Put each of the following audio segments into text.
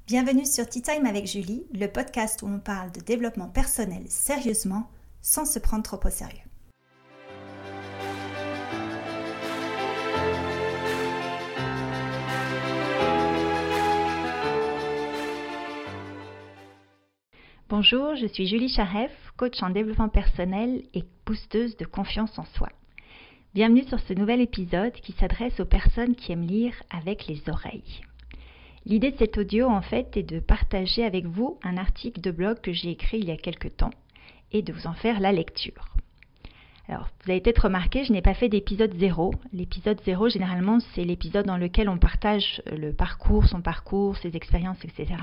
Bienvenue sur Tea Time avec Julie, le podcast où on parle de développement personnel sérieusement, sans se prendre trop au sérieux. Bonjour, je suis Julie Charef, coach en développement personnel et boosteuse de confiance en soi. Bienvenue sur ce nouvel épisode qui s'adresse aux personnes qui aiment lire avec les oreilles. L'idée de cet audio, en fait, est de partager avec vous un article de blog que j'ai écrit il y a quelques temps et de vous en faire la lecture. Alors, vous avez peut-être remarqué, je n'ai pas fait d'épisode 0. L'épisode 0, généralement, c'est l'épisode dans lequel on partage le parcours, son parcours, ses expériences, etc.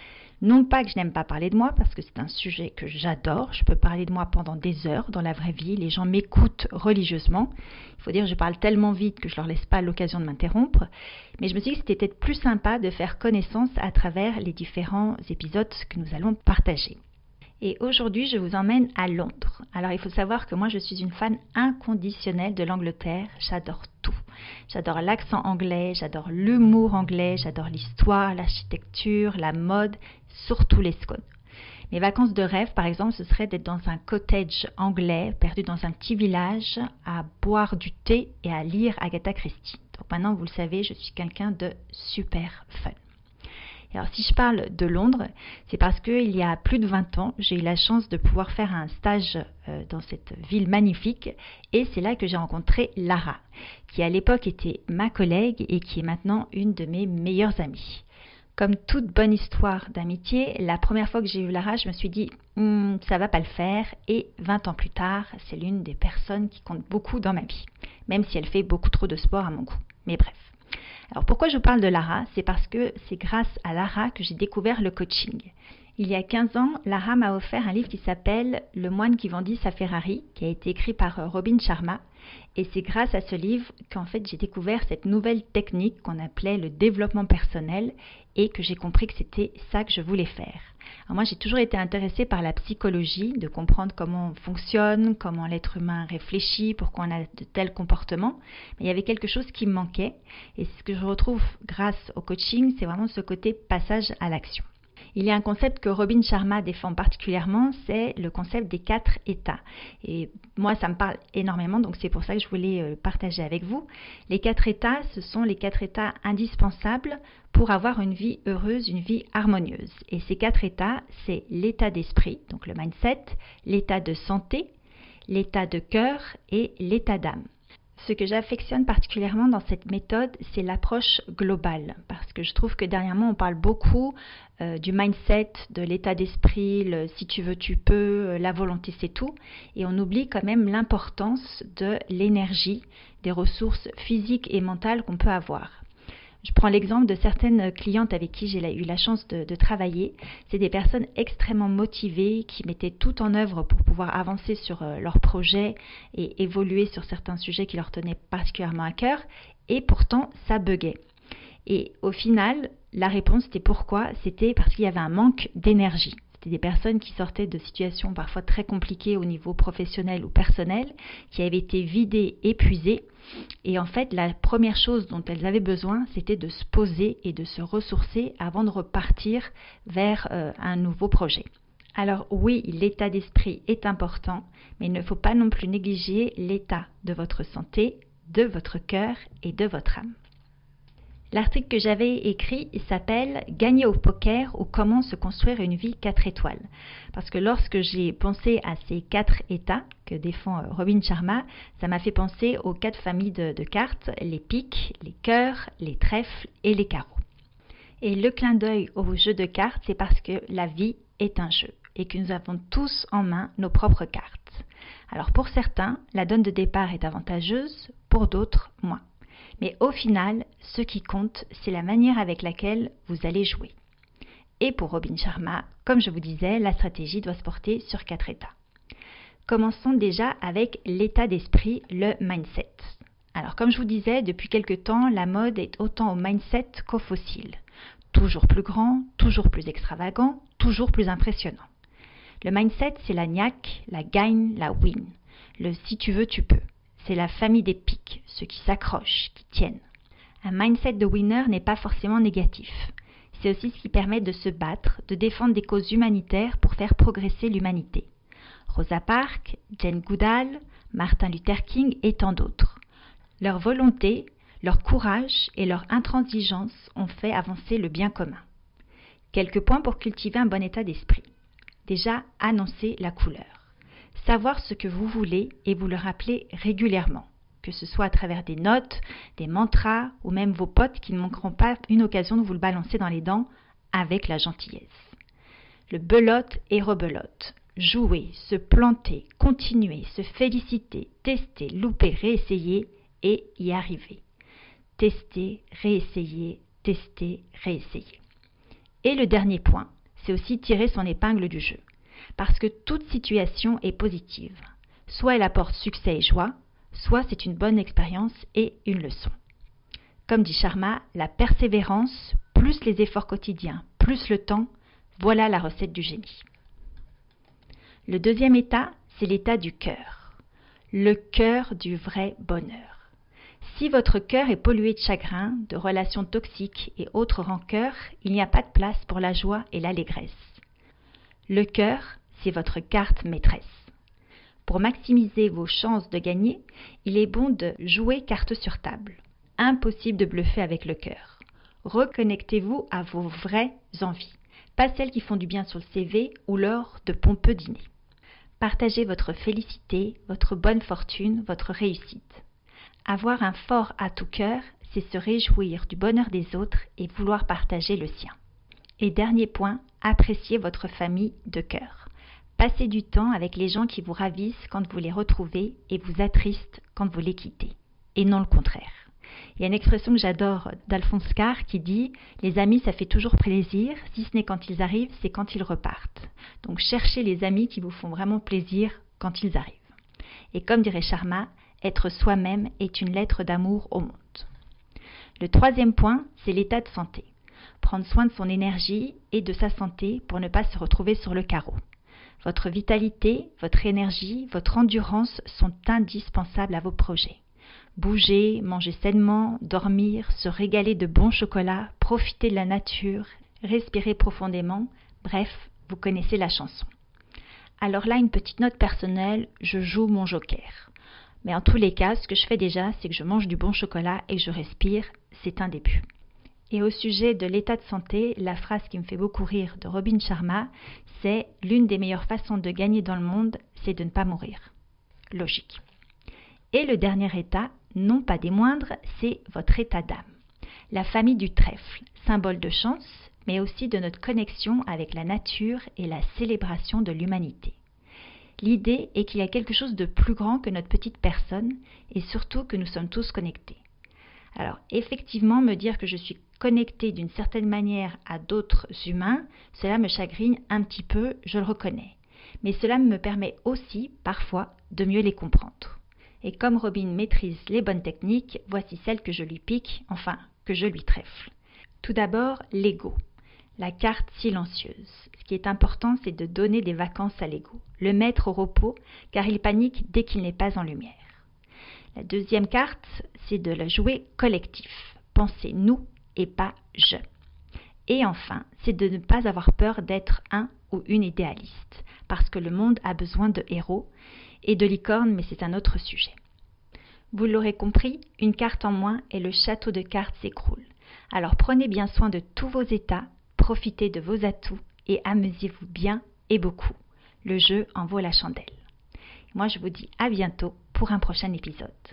Non pas que je n'aime pas parler de moi, parce que c'est un sujet que j'adore. Je peux parler de moi pendant des heures dans la vraie vie. Les gens m'écoutent religieusement. Il faut dire que je parle tellement vite que je ne leur laisse pas l'occasion de m'interrompre. Mais je me suis dit que c'était peut-être plus sympa de faire connaissance à travers les différents épisodes que nous allons partager. Et aujourd'hui, je vous emmène à Londres. Alors, il faut savoir que moi, je suis une fan inconditionnelle de l'Angleterre. J'adore tout. J'adore l'accent anglais, j'adore l'humour anglais, j'adore l'histoire, l'architecture, la mode, surtout les scones. Mes vacances de rêve, par exemple, ce serait d'être dans un cottage anglais, perdu dans un petit village, à boire du thé et à lire Agatha Christie. Donc maintenant, vous le savez, je suis quelqu'un de super fun. Alors si je parle de Londres, c'est parce qu'il y a plus de 20 ans, j'ai eu la chance de pouvoir faire un stage dans cette ville magnifique et c'est là que j'ai rencontré Lara, qui à l'époque était ma collègue et qui est maintenant une de mes meilleures amies. Comme toute bonne histoire d'amitié, la première fois que j'ai vu Lara, je me suis dit ça va pas le faire et 20 ans plus tard, c'est l'une des personnes qui compte beaucoup dans ma vie, même si elle fait beaucoup trop de sport à mon goût. Mais bref. Alors pourquoi je vous parle de Lara ? C'est parce que c'est grâce à Lara que j'ai découvert le coaching. Il y a 15 ans, Lara m'a offert un livre qui s'appelle « Le moine qui vendit sa Ferrari » qui a été écrit par Robin Sharma. Et c'est grâce à ce livre qu'en fait j'ai découvert cette nouvelle technique qu'on appelait le développement personnel et que j'ai compris que c'était ça que je voulais faire. Alors moi j'ai toujours été intéressée par la psychologie, de comprendre comment on fonctionne, comment l'être humain réfléchit, pourquoi on a de tels comportements. Mais il y avait quelque chose qui me manquait et ce que je retrouve grâce au coaching, c'est vraiment ce côté passage à l'action. Il y a un concept que Robin Sharma défend particulièrement, c'est le concept des 4 états. Et moi, ça me parle énormément, donc c'est pour ça que je voulais partager avec vous. Les 4 états, ce sont les 4 états indispensables pour avoir une vie heureuse, une vie harmonieuse. Et ces 4 états, c'est l'état d'esprit, donc le mindset, l'état de santé, l'état de cœur et l'état d'âme. Ce que j'affectionne particulièrement dans cette méthode, c'est l'approche globale, parce que je trouve que dernièrement, on parle beaucoup du mindset, de l'état d'esprit, le si tu veux, tu peux, la volonté, c'est tout, et on oublie quand même l'importance de l'énergie, des ressources physiques et mentales qu'on peut avoir. Je prends l'exemple de certaines clientes avec qui j'ai eu la chance de travailler. C'est des personnes extrêmement motivées qui mettaient tout en œuvre pour pouvoir avancer sur leurs projets et évoluer sur certains sujets qui leur tenaient particulièrement à cœur. Et pourtant, ça buguait. Et au final, la réponse c'était pourquoi ? C'était parce qu'il y avait un manque d'énergie. C'était des personnes qui sortaient de situations parfois très compliquées au niveau professionnel ou personnel, qui avaient été vidées, épuisées. Et en fait, la première chose dont elles avaient besoin, c'était de se poser et de se ressourcer avant de repartir vers un nouveau projet. Alors oui, l'état d'esprit est important, mais il ne faut pas non plus négliger l'état de votre santé, de votre cœur et de votre âme. L'article que j'avais écrit, il s'appelle « Gagner au poker ou comment se construire une vie 4 étoiles ». Parce que lorsque j'ai pensé à ces 4 états que défend Robin Sharma, ça m'a fait penser aux 4 familles de cartes, les piques, les cœurs, les trèfles et les carreaux. Et le clin d'œil au jeu de cartes, c'est parce que la vie est un jeu et que nous avons tous en main nos propres cartes. Alors pour certains, la donne de départ est avantageuse, pour d'autres, moins. Mais au final, ce qui compte, c'est la manière avec laquelle vous allez jouer. Et pour Robin Sharma, comme je vous disais, la stratégie doit se porter sur 4 états. Commençons déjà avec l'état d'esprit, le mindset. Alors comme je vous disais, depuis quelque temps, la mode est autant au mindset qu'au fossile. Toujours plus grand, toujours plus extravagant, toujours plus impressionnant. Le mindset, c'est la niaque, la gagne, la win. Le si tu veux, tu peux. C'est la famille des piques, ceux qui s'accrochent, qui tiennent. Un mindset de winner n'est pas forcément négatif. C'est aussi ce qui permet de se battre, de défendre des causes humanitaires pour faire progresser l'humanité. Rosa Parks, Jane Goodall, Martin Luther King et tant d'autres. Leur volonté, leur courage et leur intransigeance ont fait avancer le bien commun. Quelques points pour cultiver un bon état d'esprit. Déjà, annoncer la couleur. Savoir ce que vous voulez et vous le rappeler régulièrement, que ce soit à travers des notes, des mantras ou même vos potes qui ne manqueront pas une occasion de vous le balancer dans les dents avec la gentillesse. Le belote et rebelote. Jouer, se planter, continuer, se féliciter, tester, louper, réessayer et y arriver. Tester, réessayer, Et le dernier point, c'est aussi tirer son épingle du jeu. Parce que toute situation est positive. Soit elle apporte succès et joie, soit c'est une bonne expérience et une leçon. Comme dit Sharma, la persévérance, plus les efforts quotidiens, plus le temps, voilà la recette du génie. Le deuxième état, c'est l'état du cœur. Le cœur du vrai bonheur. Si votre cœur est pollué de chagrin, de relations toxiques et autres rancœurs, il n'y a pas de place pour la joie et l'allégresse. Le cœur, c'est votre carte maîtresse. Pour maximiser vos chances de gagner, il est bon de jouer carte sur table. Impossible de bluffer avec le cœur. Reconnectez-vous à vos vraies envies, pas celles qui font du bien sur le CV ou lors de pompeux dîners. Partagez votre félicité, votre bonne fortune, votre réussite. Avoir un fort à tout cœur, c'est se réjouir du bonheur des autres et vouloir partager le sien. Et dernier point, appréciez votre famille de cœur. Passez du temps avec les gens qui vous ravissent quand vous les retrouvez et vous attristent quand vous les quittez, et non le contraire. Il y a une expression que j'adore d'Alphonse Karr qui dit « Les amis, ça fait toujours plaisir, si ce n'est quand ils arrivent, c'est quand ils repartent. » Donc cherchez les amis qui vous font vraiment plaisir quand ils arrivent. Et comme dirait Sharma, être soi-même est une lettre d'amour au monde. Le troisième point, c'est l'état de santé. Prendre soin de son énergie et de sa santé pour ne pas se retrouver sur le carreau. Votre vitalité, votre énergie, votre endurance sont indispensables à vos projets. Bouger, manger sainement, dormir, se régaler de bons chocolats, profiter de la nature, respirer profondément, bref, vous connaissez la chanson. Alors là, une petite note personnelle, je joue mon joker. Mais en tous les cas, ce que je fais déjà, c'est que je mange du bon chocolat et que je respire, c'est un début. Et au sujet de l'état de santé, la phrase qui me fait beaucoup rire de Robin Sharma, c'est « L'une des meilleures façons de gagner dans le monde, c'est de ne pas mourir ». Logique. Et le dernier état, non pas des moindres, c'est votre état d'âme. La famille du trèfle, symbole de chance, mais aussi de notre connexion avec la nature et la célébration de l'humanité. L'idée est qu'il y a quelque chose de plus grand que notre petite personne et surtout que nous sommes tous connectés. Alors effectivement, me dire que je suis connectée d'une certaine manière à d'autres humains, cela me chagrine un petit peu, je le reconnais. Mais cela me permet aussi, parfois, de mieux les comprendre. Et comme Robin maîtrise les bonnes techniques, voici celles que je lui pique, enfin, que je lui trèfle. Tout d'abord, l'ego, la carte silencieuse. Ce qui est important, c'est de donner des vacances à l'ego, le mettre au repos, car il panique dès qu'il n'est pas en lumière. La deuxième carte, c'est de la jouer collectif. Pensez nous et pas je. Et enfin, c'est de ne pas avoir peur d'être un ou une idéaliste, parce que le monde a besoin de héros et de licornes, mais c'est un autre sujet. Vous l'aurez compris, une carte en moins et le château de cartes s'écroule. Alors prenez bien soin de tous vos états, profitez de vos atouts et amusez-vous bien et beaucoup. Le jeu en vaut la chandelle. Moi, je vous dis à bientôt pour un prochain épisode.